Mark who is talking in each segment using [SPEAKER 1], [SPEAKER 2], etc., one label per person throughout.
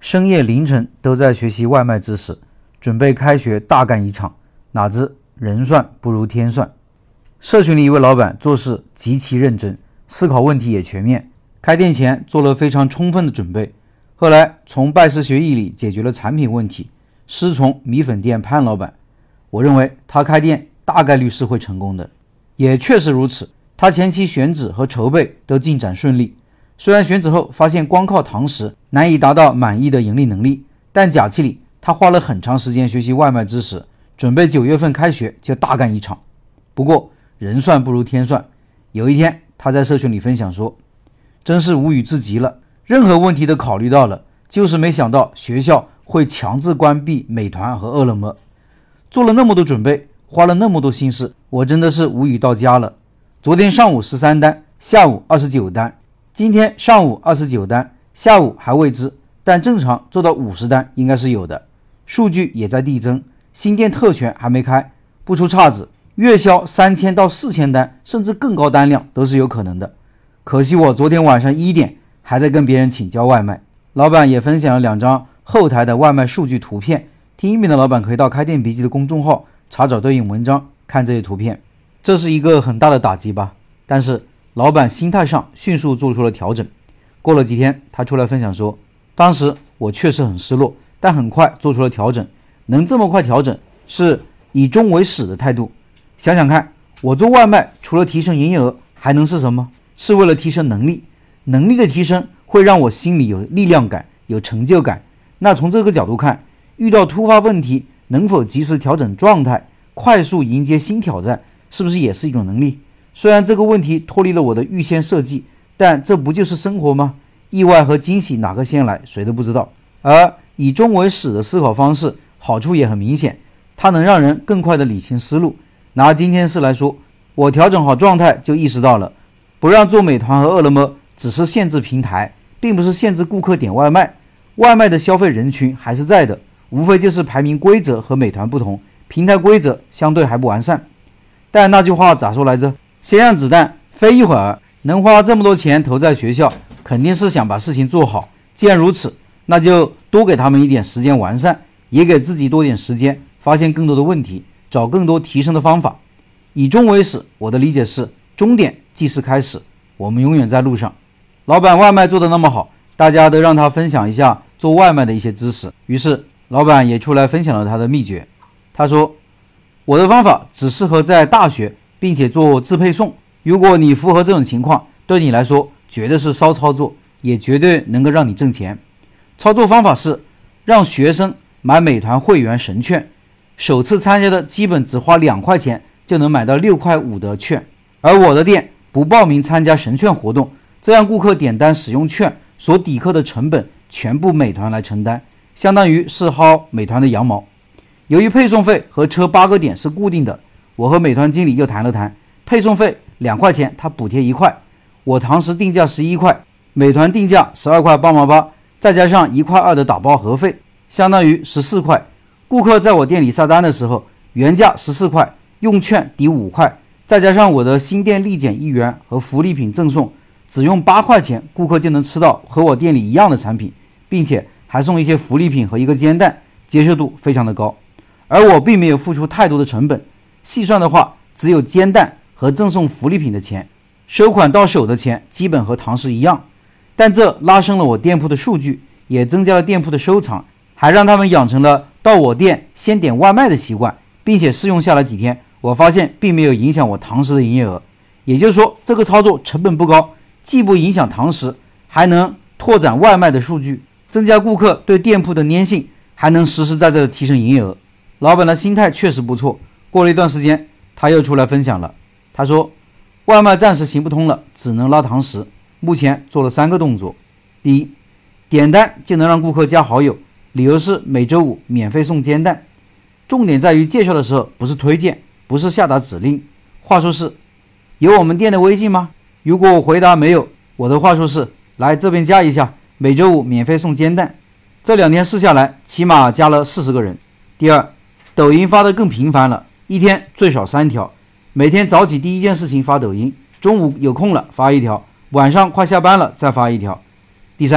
[SPEAKER 1] 深夜凌晨都在学习外卖知识，准备开学大干一场，哪知人算不如天算。社群里一位老板做事极其认真，思考问题也全面，开店前做了非常充分的准备，后来从拜师学艺里解决了产品问题，师从米粉店潘老板。我认为他开店大概率是会成功的，也确实如此。他前期选址和筹备都进展顺利，虽然选址后发现光靠堂食难以达到满意的盈利能力，但假期里他花了很长时间学习外卖知识，准备9月份开学就大干一场。不过人算不如天算，有一天他在社群里分享说，真是无语至极了，任何问题都考虑到了，就是没想到学校会强制关闭美团和饿了么。做了那么多准备，花了那么多心思，我真的是无语到家了。昨天上午13单，下午29单，今天上午29单，下午还未知，但正常做到50单应该是有的。数据也在递增，新店特权还没开，不出岔子，月销3000到4000单，甚至更高单量都是有可能的。可惜我昨天晚上1点还在跟别人请教外卖，老板也分享了2张后台的外卖数据图片，听音频的老板可以到开店笔记的公众号查找对应文章看这些图片。这是一个很大的打击吧，但是老板心态上迅速做出了调整。过了几天，他出来分享说，当时我确实很失落，但很快做出了调整，能这么快调整是以终为始的态度。想想看，我做外卖除了提升营业额还能是什么？是为了提升能力，能力的提升会让我心里有力量感，有成就感。那从这个角度看，遇到突发问题能否及时调整状态，快速迎接新挑战，是不是也是一种能力？虽然这个问题脱离了我的预先设计，但这不就是生活吗？意外和惊喜哪个先来，谁都不知道。而以终为始的思考方式，好处也很明显，它能让人更快的理清思路。拿今天事来说，我调整好状态就意识到了，不让做美团和饿了么只是限制平台，并不是限制顾客点外卖，外卖的消费人群还是在的，无非就是排名规则和美团不同，平台规则相对还不完善。但那句话咋说来着？先让子弹飞一会儿，能花这么多钱投在学校，肯定是想把事情做好。既然如此，那就多给他们一点时间完善，也给自己多点时间发现更多的问题，找更多提升的方法。以终为始，我的理解是，终点即是开始，我们永远在路上。老板外卖做得那么好，大家都让他分享一下做外卖的一些知识，于是老板也出来分享了他的秘诀。他说，我的方法只适合在大学并且做自配送，如果你符合这种情况，对你来说绝对是骚操作，也绝对能够让你挣钱。操作方法是让学生买美团会员神券，首次参加的基本只花2块钱就能买到6块5的券，而我的店不报名参加神券活动，这样顾客点单使用券所抵扣的成本全部美团来承担，相当于是薅美团的羊毛。由于配送费和车8个点是固定的，我和美团经理又谈了谈，配送费2块钱，他补贴1块，我堂食定价11块，美团定价12块8毛8，再加上1块2的打包盒费，相当于14块。顾客在我店里下单的时候，原价14块，用券抵5块，再加上我的新店立减1元和福利品赠送，只用8块钱，顾客就能吃到和我店里一样的产品，并且还送一些福利品和一个煎蛋，接受度非常的高。而我并没有付出太多的成本，细算的话，只有煎蛋和赠送福利品的钱，收款到手的钱基本和堂食一样。但这拉升了我店铺的数据，也增加了店铺的收藏，还让他们养成了到我店先点外卖的习惯，并且试用下来几天，我发现并没有影响我堂食的营业额。也就是说，这个操作成本不高，既不影响堂食，还能拓展外卖的数据，增加顾客对店铺的粘性，还能实实在在的提升营业额。老板的心态确实不错。过了一段时间，他又出来分享了。他说，外卖暂时行不通了，只能拉堂食。目前做了3个动作。第一，点单就能让顾客加好友，理由是每周5免费送煎蛋。重点在于介绍的时候不是推荐，不是下达指令，话术是，有我们店的微信吗？如果我回答没有，我的话术是，来这边加一下，每周5免费送煎蛋。这2天试下来，起码加了40个人。第二，抖音发的更频繁了，一天最少3条，每天早起第一件事情发抖音，中午有空了发1条，晚上快下班了再发1条。第三，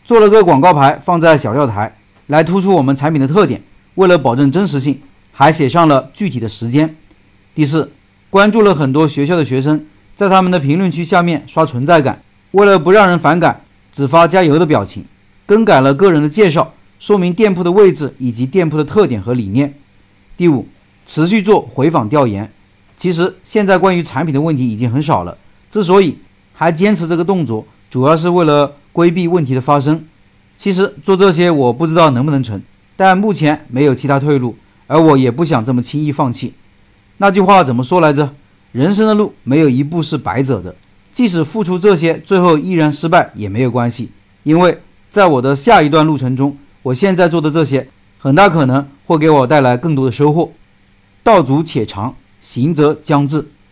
[SPEAKER 1] 做了个广告牌放在小料台，来突出我们产品的特点。为了保证真实性，还写上了具体的时间。第四，关注了很多学校的学生，在他们的评论区下面刷存在感，为了不让人反感，只发加油的表情。更改了个人的介绍，说明店铺的位置以及店铺的特点和理念。第五，持续做回访调研。其实现在关于产品的问题已经很少了，之所以还坚持这个动作，主要是为了规避问题的发生。其实做这些我不知道能不能成，但目前没有其他退路，而我也不想这么轻易放弃。那句话怎么说来着？人生的路没有一步是白走的，即使付出这些，最后依然失败也没有关系，因为在我的下一段路程中，我现在做的这些很大可能会给我带来更多的收获。道阻且长，行则将至。